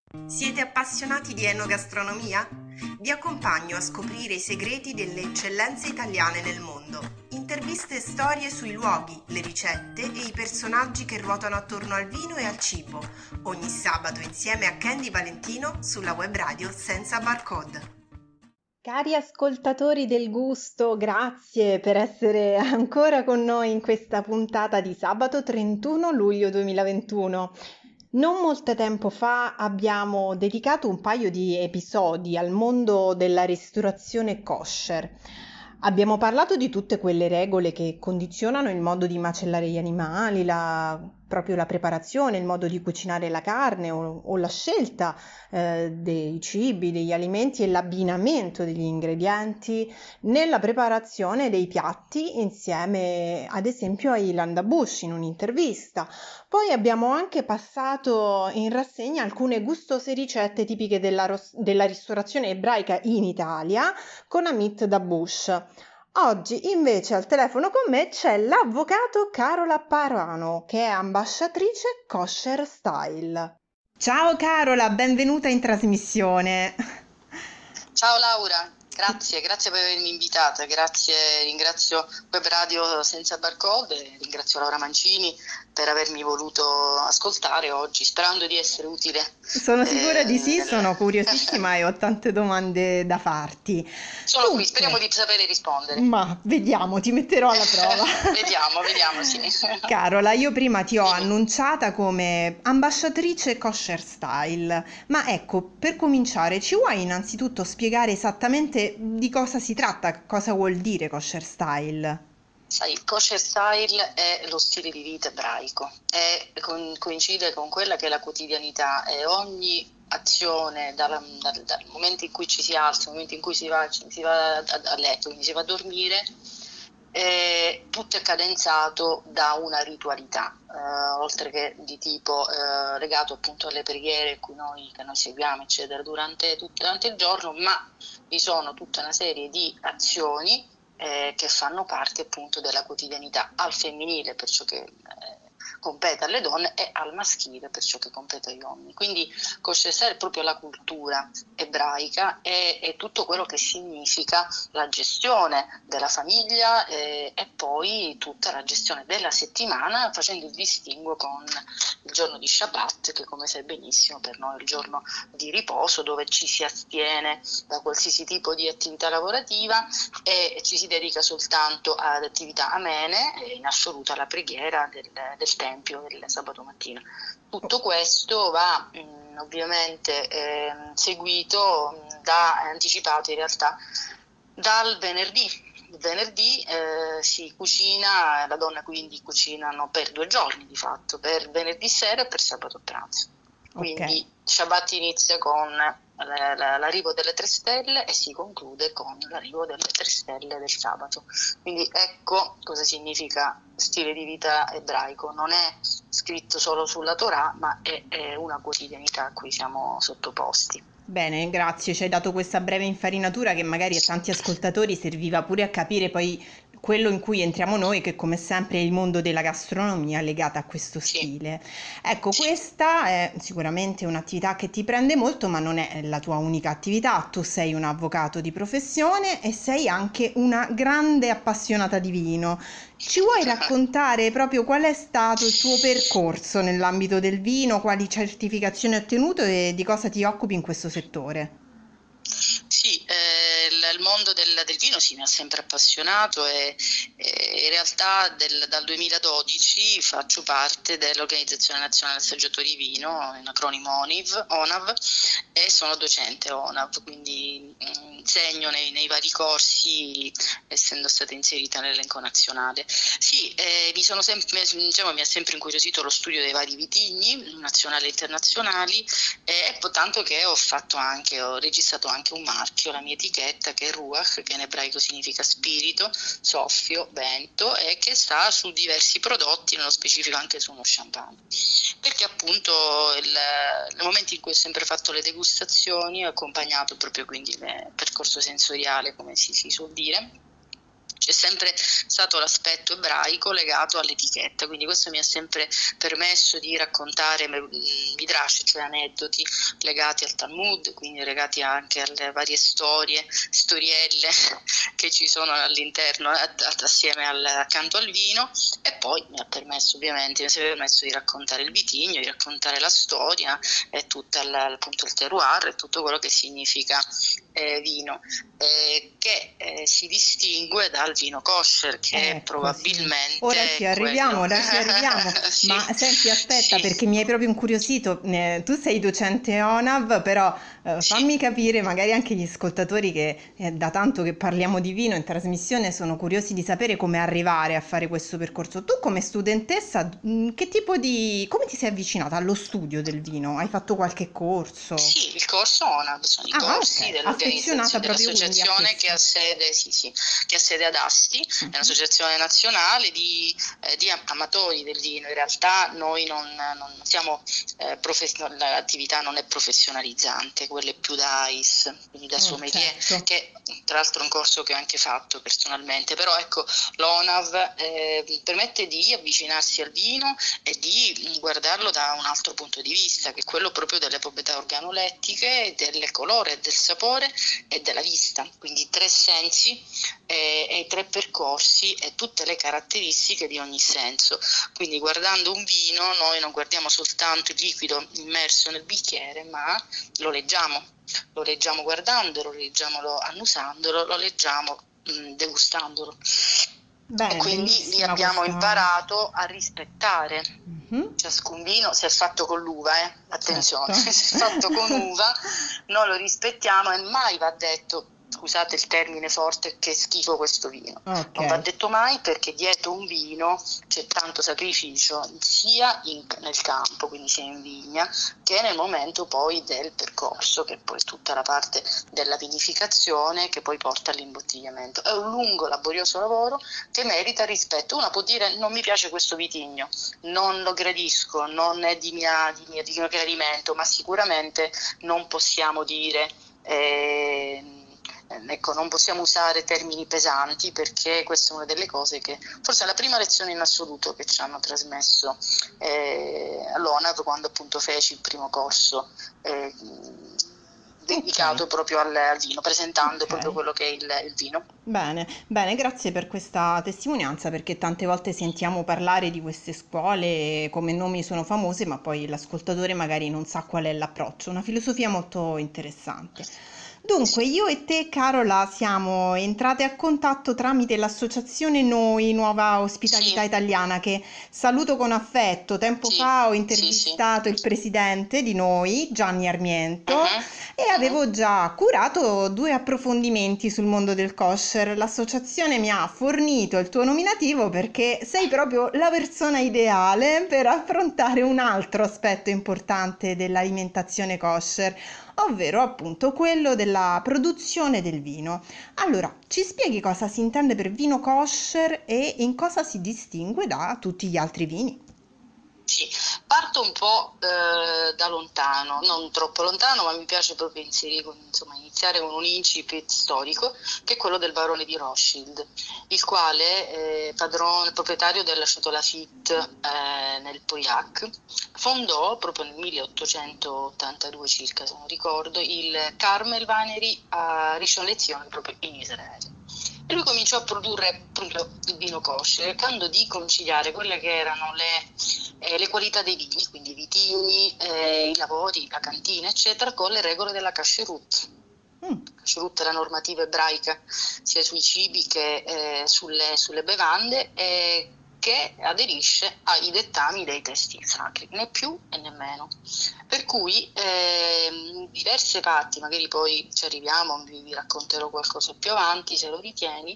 Siete appassionati di enogastronomia? Vi accompagno a scoprire i segreti delle eccellenze italiane nel mondo. Interviste e storie sui luoghi, le ricette e i personaggi che ruotano attorno al vino e al cibo. Ogni sabato insieme a Candy Valentino sulla web radio senza barcode. Cari ascoltatori del gusto, grazie per essere ancora con noi in questa puntata di sabato 31 luglio 2021. Non molto tempo fa abbiamo dedicato un paio di episodi al mondo della ristorazione kosher. Abbiamo parlato di tutte quelle regole che condizionano il modo di macellare gli animali, proprio la preparazione, il modo di cucinare la carne o la scelta dei cibi, degli alimenti e l'abbinamento degli ingredienti nella preparazione dei piatti insieme ad esempio a Ilanda Bush in un'intervista. Poi abbiamo anche passato in rassegna alcune gustose ricette tipiche della ristorazione ebraica in Italia con Amit Dabush. Oggi invece al telefono con me c'è l'avvocato Carola Parano, che è ambasciatrice Kosher Style. Ciao Carola, benvenuta in trasmissione. Ciao Laura, grazie per avermi invitata, ringrazio Web Radio Senza Barcode, ringrazio Laura Mancini per avermi voluto ascoltare oggi, sperando di essere utile. Sono sicura di sì, sono curiosissima e ho tante domande da farti. Sono qui, speriamo di sapere rispondere. Ma vediamo, ti metterò alla prova. Vediamo, sì. Carola, io prima ti ho Dimmi. annunciata come ambasciatrice Kosher Style, ma ecco, per cominciare, ci vuoi innanzitutto spiegare esattamente di cosa si tratta, cosa vuol dire Kosher Style? Sai, il kosher style è lo stile di vita ebraico e coincide con quella che è la quotidianità e ogni azione dal momento in cui ci si alza, dal momento in cui si va a letto, quindi si va a dormire, tutto è cadenzato da una ritualità, oltre che di tipo legato appunto alle preghiere che noi seguiamo, eccetera, durante il giorno, ma vi sono tutta una serie di azioni che fanno parte appunto della quotidianità al femminile per ciò che compete alle donne e al maschile per ciò che compete agli uomini. Quindi kosher style è proprio la cultura ebraica e tutto quello che significa la gestione della famiglia e poi tutta la gestione della settimana, facendo il distinguo con il giorno di Shabbat, che come sai benissimo per noi è il giorno di riposo dove ci si astiene da qualsiasi tipo di attività lavorativa e ci si dedica soltanto ad attività amene e in assoluto alla preghiera del Tempio del sabato mattina. Tutto questo va ovviamente seguito, anticipato in realtà dal venerdì. Il venerdì si cucina, la donna quindi cucinano per 2 giorni di fatto, per venerdì sera e per sabato pranzo. Quindi Shabbat inizia con l'arrivo delle 3 stelle e si conclude con l'arrivo delle 3 stelle del sabato. Quindi ecco cosa significa stile di vita ebraico. Non è scritto solo sulla Torah, ma è una quotidianità a cui siamo sottoposti. Bene, grazie, ci hai dato questa breve infarinatura che magari a tanti ascoltatori serviva pure a capire poi quello in cui entriamo noi, che come sempre è il mondo della gastronomia legata a questo Sì. stile. Ecco, Sì. questa è sicuramente un'attività che ti prende molto, ma non è la tua unica attività. Tu sei un avvocato di professione e sei anche una grande appassionata di vino. Ci vuoi raccontare proprio qual è stato il tuo percorso nell'ambito del vino, quali certificazioni hai ottenuto e di cosa ti occupi in questo settore? Sì, il mondo del vino sì, mi ha sempre appassionato e in realtà dal 2012 faccio parte dell'Organizzazione Nazionale Assaggiatori Vino, in acronimo ONAV, e sono docente ONAV, quindi insegno nei vari corsi, essendo stata inserita nell'elenco nazionale. Sì, diciamo, mi ha sempre incuriosito lo studio dei vari vitigni, nazionali e internazionali, tanto che ho registrato anche un marchio, la mia etichetta, che è Ruach, che in ebraico significa spirito, soffio, vento, e che sta su diversi prodotti, nello specifico anche su uno champagne. Perché appunto nel momento in cui ho sempre fatto le degustazioni, ho accompagnato proprio quindi il percorso sensoriale, come si suol dire, c'è sempre stato l'aspetto ebraico legato all'etichetta, quindi questo mi ha sempre permesso di raccontare midrash, cioè aneddoti legati al Talmud, quindi legati anche alle varie storielle che ci sono all'interno, assieme accanto al vino, e poi mi ha permesso ovviamente, mi si è permesso di raccontare il vitigno, di raccontare la storia e tutto appunto il terroir e tutto quello che significa vino, che si distingue dal vino kosher, che è probabilmente ora ci arriviamo, sì, ma senti, aspetta, sì. perché mi hai proprio incuriosito. Tu sei docente ONAV, però fammi capire, magari anche gli ascoltatori che da tanto che parliamo di vino in trasmissione sono curiosi di sapere come arrivare a fare questo percorso. Tu come studentessa, come ti sei avvicinata allo studio del vino? Hai fatto qualche corso? Sì, il corso ONAV, sono i corsi Ok, affezionata dell'organizzazione, proprio quindi a dell'associazione che questo. ha sede, che ha sede ad Asti, è un'associazione nazionale di amatori del vino. In realtà noi non siamo, l'attività non è professionalizzante, quella è più da AIS, quindi da sommelier, Certo. che tra l'altro è un corso che ho anche fatto personalmente, però ecco, l'ONAV permette di avvicinarsi al vino e di guardarlo da un altro punto di vista, che è quello proprio delle proprietà organolettiche, del colore, del sapore e della vista, quindi i tre sensi e i tre percorsi e tutte le caratteristiche di ogni senso. Quindi guardando un vino noi non guardiamo soltanto il liquido immerso nel bicchiere, ma lo leggiamo guardandolo, lo leggiamo annusandolo, lo leggiamo degustandolo. E Bene, quindi lì bellissima abbiamo questa. imparato a rispettare Mhm, ciascun vino, se è fatto con l'uva, attenzione, certo. se è fatto con uva noi lo rispettiamo e mai va detto, scusate il termine forte, che schifo questo vino. Ok. Non va detto mai, perché dietro un vino c'è tanto sacrificio, sia nel campo, quindi sia in vigna, che nel momento poi del percorso, che poi è tutta la parte della vinificazione che poi porta all'imbottigliamento. È un lungo, laborioso lavoro che merita rispetto. Uno può dire non mi piace questo vitigno, non lo gradisco, non è di mio gradimento, ma sicuramente non possiamo dire ecco, non possiamo usare termini pesanti, perché questa è una delle cose che forse è la prima lezione in assoluto che ci hanno trasmesso all'ONAV quando appunto feci il primo corso dedicato Ok. proprio al vino, presentando proprio Ok. quello che è il vino. Bene, bene, grazie per questa testimonianza perché tante volte sentiamo parlare di queste scuole come nomi sono famose, ma poi l'ascoltatore magari non sa qual è l'approccio. Una filosofia molto interessante. Dunque, io e te, Carola, siamo entrate a contatto tramite l'associazione Noi, Nuova Ospitalità Sì, Italiana, che saluto con affetto. Tempo sì, fa ho sì, sì. intervistato il presidente di Noi, Gianni Armiento, Mhm, e mhm. avevo già curato due approfondimenti sul mondo del kosher. L'associazione mi ha fornito il tuo nominativo perché sei proprio la persona ideale per affrontare un altro aspetto importante dell'alimentazione kosher, ovvero appunto quello della produzione del vino. Allora, ci spieghi cosa si intende per vino kosher e in cosa si distingue da tutti gli altri vini? Sì, parto un po' da lontano, non troppo lontano, ma mi piace proprio iniziare con un incipit storico, che è quello del barone di Rothschild, il quale, proprietario della Château Lafite nel Pauillac, fondò proprio nel 1882 circa, se non ricordo, il Carmel Winery a Rishon LeZion, proprio in Israele. E lui cominciò a produrre proprio il vino kosher, cercando di conciliare quelle che erano le qualità dei vini, quindi i vitigni, i lavori, la cantina, eccetera, con le regole della kashrut. Mm, Kashrut è la normativa ebraica sia sui cibi che sulle bevande, che aderisce ai dettami dei testi sacri, né più e né meno. Per cui diverse parti, magari poi ci arriviamo, vi racconterò qualcosa più avanti se lo ritieni,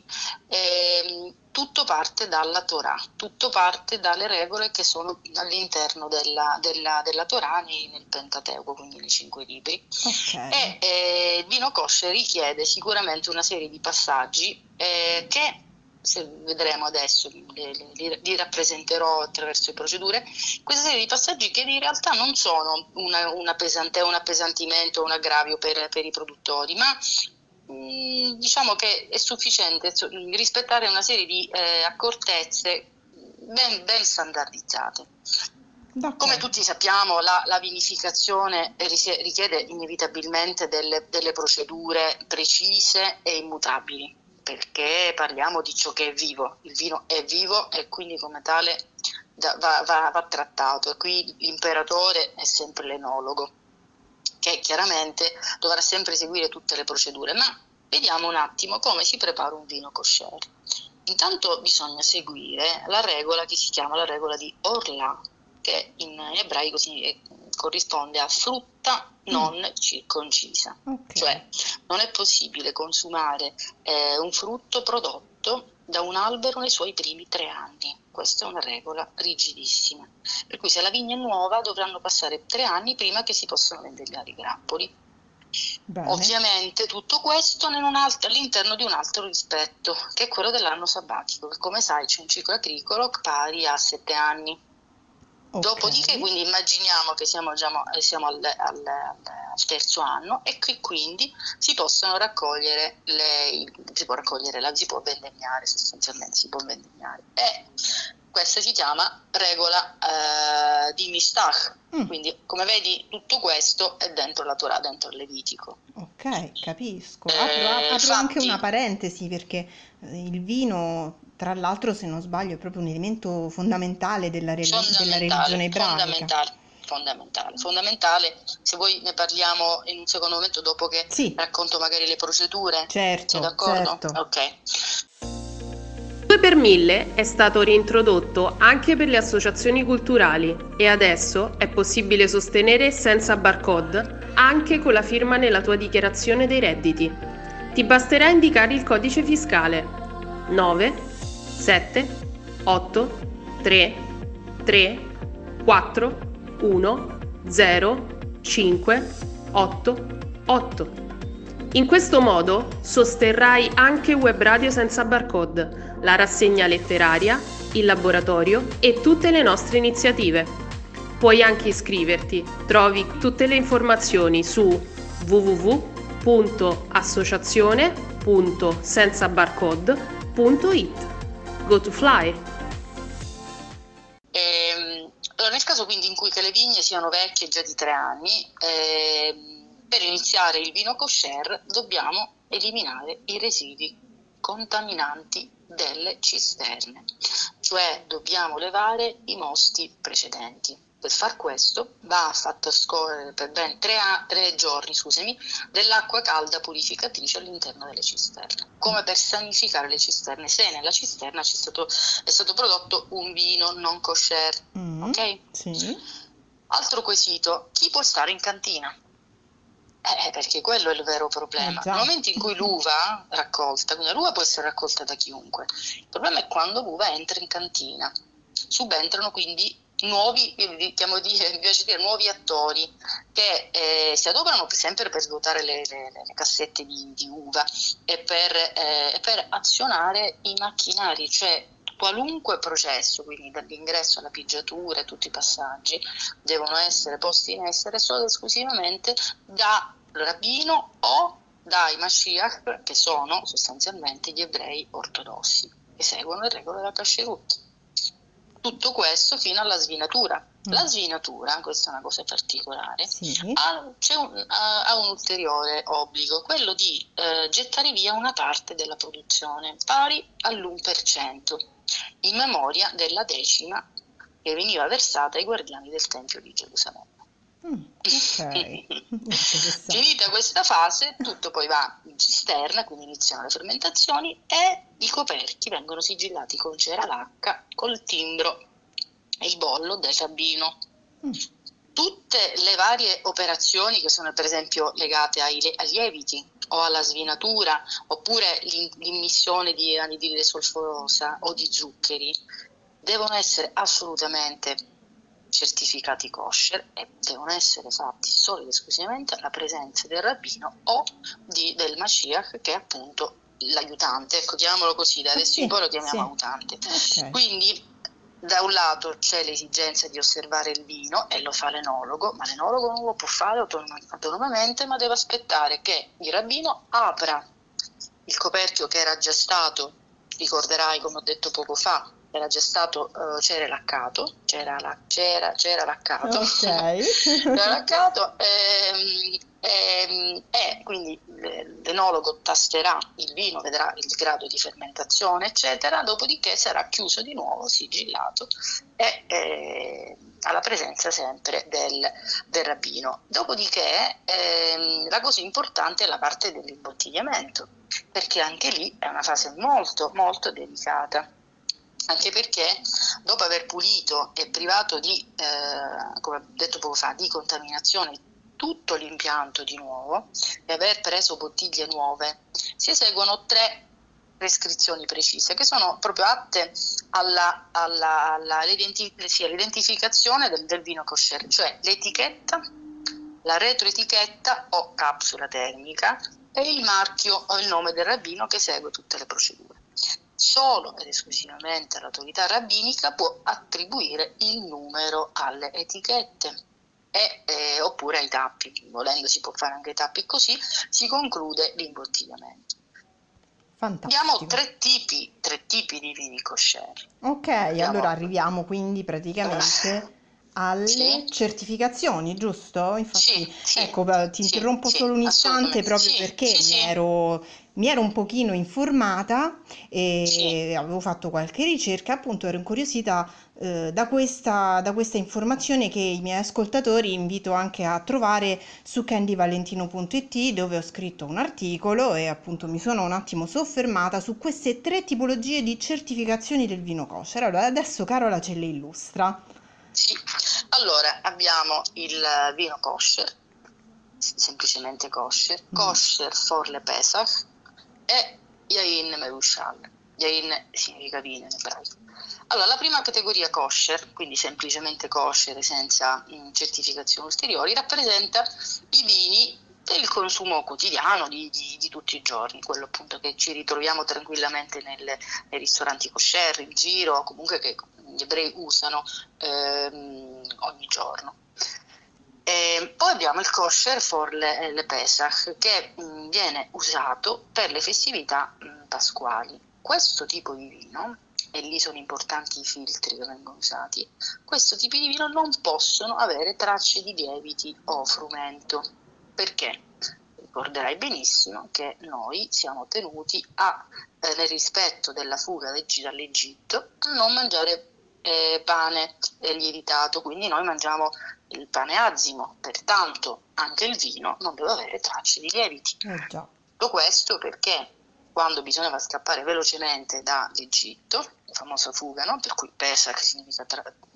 tutto parte dalla Torah, tutto parte dalle regole che sono all'interno della Torah nel Pentateuco, quindi nei 5 libri. ok. E il vino kosher richiede sicuramente una serie di passaggi che, se vedremo adesso, li rappresenterò attraverso le procedure, questa serie di passaggi che in realtà non sono un appesantimento o un aggravio per i produttori, ma diciamo che è sufficiente rispettare una serie di accortezze ben standardizzate. D'accordo. Come tutti sappiamo, la vinificazione richiede inevitabilmente delle procedure precise e immutabili, perché parliamo di ciò che è vivo. Il vino è vivo e quindi come tale va trattato, e qui l'imperatore è sempre l'enologo, che chiaramente dovrà sempre seguire tutte le procedure. Ma vediamo un attimo come si prepara un vino kosher. Intanto bisogna seguire la regola che si chiama la regola di Orlà, che in ebraico corrisponde a frutta non circoncisa. Ok. Cioè non è possibile consumare un frutto prodotto da un albero nei suoi primi 3 anni. Questa è una regola rigidissima. Per cui se la vigna è nuova dovranno passare 3 anni prima che si possano vendemmare i grappoli. Bene. Ovviamente tutto questo all'interno di un altro rispetto, che è quello dell'anno sabbatico, che come sai c'è un ciclo agricolo pari a 7 anni. Ok. Dopodiché, quindi immaginiamo che siamo al terzo anno, e qui quindi si può vendemmiare, sostanzialmente si può vendemmiare. E questa si chiama regola di Mishtach. Quindi, come vedi, tutto questo è dentro la Torah, dentro il Levitico. Ok, capisco. Apro anche una parentesi, perché il vino, tra l'altro, se non sbaglio, è proprio un elemento fondamentale della religione ebraica. Fondamentale. Se vuoi ne parliamo in un secondo momento, dopo che Sì, racconto magari le procedure. certo, Sei d'accordo? certo. Ok. 2 per 1000 è stato reintrodotto anche per le associazioni culturali e adesso è possibile sostenere senza barcode anche con la firma nella tua dichiarazione dei redditi. Ti basterà indicare il codice fiscale 9 7 8 3 3 4 1 0 5 8 8. In questo modo sosterrai anche Web Radio senza barcode, la rassegna letteraria, il laboratorio e tutte le nostre iniziative. Puoi anche iscriverti, trovi tutte le informazioni su www.associazione.senzabarcode.it. Go to fly! Allora, nel caso quindi in cui che le vigne siano vecchie già di 3 anni, per iniziare il vino kosher dobbiamo eliminare i residui contaminanti delle cisterne, cioè dobbiamo levare i mosti precedenti. Per far questo va fatta scorrere per ben 3 giorni dell'acqua calda purificatrice all'interno delle cisterne, come per sanificare le cisterne se nella cisterna è stato prodotto un vino non kosher. Ok? Sì. Altro quesito: chi può stare in cantina? Perché quello è il vero problema. Già. Nel momento in cui l'uva raccolta, quindi l'uva può essere raccolta da chiunque, il problema è quando l'uva entra in cantina. Subentrano quindi nuovi attori che si adoperano sempre per svuotare le cassette di uva e per azionare i macchinari, cioè qualunque processo, quindi dall'ingresso alla pigiatura e tutti i passaggi devono essere posti in essere solo ed esclusivamente dal rabbino o dai Mashiach, che sono sostanzialmente gli ebrei ortodossi, che seguono le regole della Kasherut. Tutto questo fino alla svinatura. La svinatura, questa è una cosa particolare, Sì. ha un ulteriore obbligo, quello di gettare via una parte della produzione, pari all'1%, in memoria della decima che veniva versata ai guardiani del Tempio di Gerusalemme. Ok. Finita questa fase, tutto poi va in cisterna, quindi iniziano le fermentazioni e i coperchi vengono sigillati con cera lacca, col timbro e il bollo del rabbino. Tutte le varie operazioni che sono per esempio legate ai lieviti o alla svinatura, oppure l'immissione di anidride solforosa o di zuccheri, devono essere assolutamente certificati kosher e devono essere fatti solo ed esclusivamente alla presenza del rabbino o del Mashiach, che è appunto l'aiutante, ecco, chiamiamolo così, da adesso in poi lo chiamiamo aiutante. Okay. Quindi da un lato c'è l'esigenza di osservare il vino e lo fa l'enologo, ma l'enologo non lo può fare autonomamente, ma deve aspettare che il rabbino apra il coperchio che era già stato, ricorderai come ho detto poco fa, era già stato cerelaccato, c'era laccato, Ok. c'era laccato, e quindi l'enologo tasterà il vino, vedrà il grado di fermentazione, eccetera, dopodiché sarà chiuso di nuovo, sigillato, e alla presenza sempre del rabbino. Dopodiché la cosa importante è la parte dell'imbottigliamento, perché anche lì è una fase molto molto delicata, anche perché dopo aver pulito e privato di, come ho detto poco fa, di contaminazione tutto l'impianto di nuovo e aver preso bottiglie nuove, si eseguono 3 prescrizioni precise che sono proprio atte all'identificazione del vino kosher, cioè l'etichetta, la retroetichetta o capsula termica e il marchio o il nome del rabbino che segue tutte le procedure. Solo ed esclusivamente l'autorità rabbinica può attribuire il numero alle etichette oppure ai tappi, volendo si può fare anche ai tappi, così si conclude l'imbottigliamento. Abbiamo Fantastico. tre tipi di vini kosher. Ok, allora arriviamo quindi praticamente alle Sì. certificazioni, giusto? Infatti, Sì, ecco, ti interrompo sì, solo un istante assolutamente. proprio Sì, perché sì. mi ero un pochino informata e Sì. avevo fatto qualche ricerca, appunto ero incuriosita da questa informazione che i miei ascoltatori invito anche a trovare su candyvalentino.it, dove ho scritto un articolo e appunto mi sono un attimo soffermata su queste 3 tipologie di certificazioni del vino kosher. Allora, adesso Carola ce le illustra. Sì, allora abbiamo il vino kosher, semplicemente kosher, kosher for le Pesach e Yain Merushal. Yain significa vino in ebraico. Allora, la prima categoria kosher, quindi semplicemente kosher senza certificazioni ulteriori, rappresenta i vini per il consumo quotidiano di tutti i giorni, quello appunto che ci ritroviamo tranquillamente nei ristoranti kosher, in giro, comunque che gli ebrei usano ogni giorno. Poi abbiamo il kosher for le Pesach, che viene usato per le festività pasquali. Questo tipo di vino, e lì sono importanti i filtri che vengono usati, questo tipo di vino non possono avere tracce di lieviti o frumento. Perché? Ricorderai benissimo che noi siamo tenuti nel rispetto della fuga dall'Egitto, a non mangiare pane lievitato, quindi noi mangiamo il pane azimo, pertanto anche il vino non deve avere tracce di lieviti. Già. Tutto questo perché quando bisognava scappare velocemente dall'Egitto, la famosa fuga, no? Per cui Pesach significa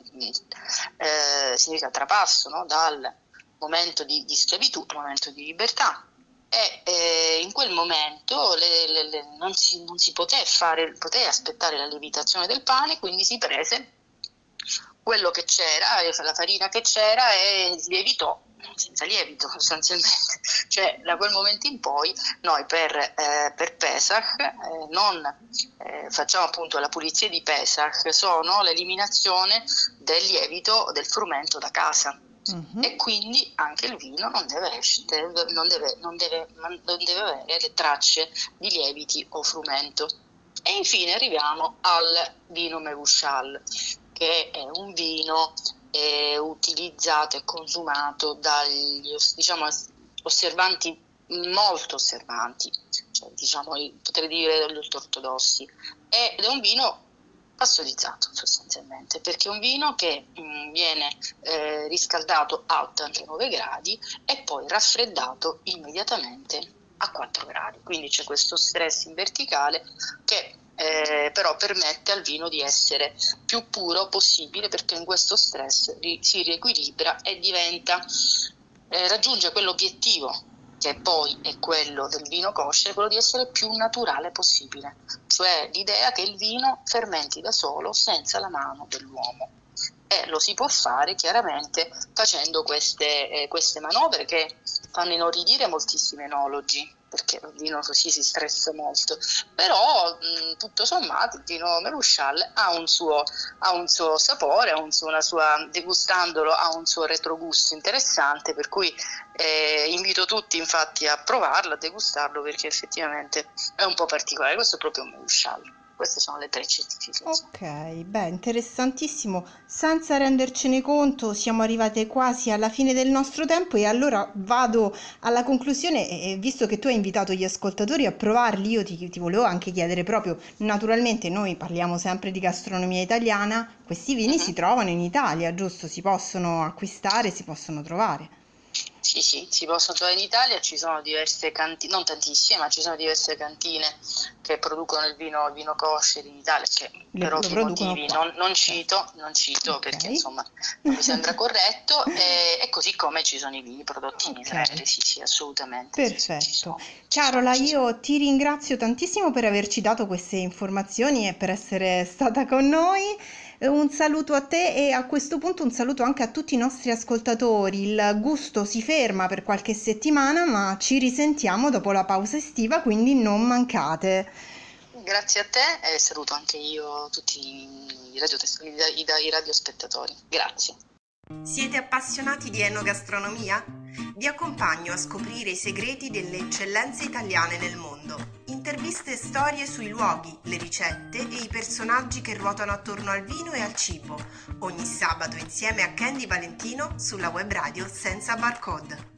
trapasso, no? Dal momento di schiavitù al momento di libertà. E in quel momento non si poté aspettare la lievitazione del pane, quindi si prese quello che c'era, la farina che c'era, e si lievitò senza lievito sostanzialmente. Cioè da quel momento in poi noi per Pesach non facciamo appunto la pulizia di Pesach, sono l'eliminazione del lievito o del frumento da casa. E quindi anche il vino non deve avere le tracce di lieviti o frumento. E infine arriviamo al vino Mevushal, che è un vino utilizzato e consumato dagli osservanti, molto osservanti, cioè, potrei dire dagli ultraortodossi, ed è un vino pastorizzato sostanzialmente, perché è un vino che viene riscaldato a 89 gradi e poi raffreddato immediatamente a 4 gradi, quindi c'è questo stress in verticale che però permette al vino di essere più puro possibile, perché in questo stress si riequilibra e raggiunge quell'obiettivo che poi è quello del vino kosher, quello di essere più naturale possibile, cioè l'idea che il vino fermenti da solo senza la mano dell'uomo. e lo si può fare chiaramente facendo queste manovre che fanno inorridire moltissimi enologi, perché il vino così si stressa molto, però tutto sommato il vino Meluchal ha un suo sapore, degustandolo ha un suo retrogusto interessante, per cui invito tutti infatti a provarlo, a degustarlo, perché effettivamente è un po' particolare. Questo è proprio un Meluchal. Queste sono le 3 certificazioni. Ok, beh, interessantissimo. Senza rendercene conto, siamo arrivate quasi alla fine del nostro tempo e allora vado alla conclusione e visto che tu hai invitato gli ascoltatori a provarli, io ti volevo anche chiedere proprio, naturalmente noi parliamo sempre di gastronomia italiana, questi vini si trovano in Italia, giusto? Si possono acquistare, si possono trovare. Sì, si possono trovare in Italia, ci sono diverse cantine, non tantissime, ma ci sono diverse cantine che producono il vino kosher in Italia, che per Lo ovvi producono motivi qua. non cito, Ok. perché insomma non mi sembra corretto, e così come ci sono i vini prodotti in Ok. Israele, sì, assolutamente, sì, ci Perfetto. sono. Carola, io ti ringrazio tantissimo per averci dato queste informazioni e per essere stata con noi. Un saluto a te e a questo punto un saluto anche a tutti i nostri ascoltatori. Il gusto si ferma per qualche settimana, ma ci risentiamo dopo la pausa estiva, quindi non mancate. Grazie a te e saluto anche io tutti i radiospettatori. Grazie. Siete appassionati di enogastronomia? Vi accompagno a scoprire i segreti delle eccellenze italiane nel mondo. Interviste e storie sui luoghi, le ricette e i personaggi che ruotano attorno al vino e al cibo. Ogni sabato insieme a Candy Valentino sulla web radio Senza Barcode.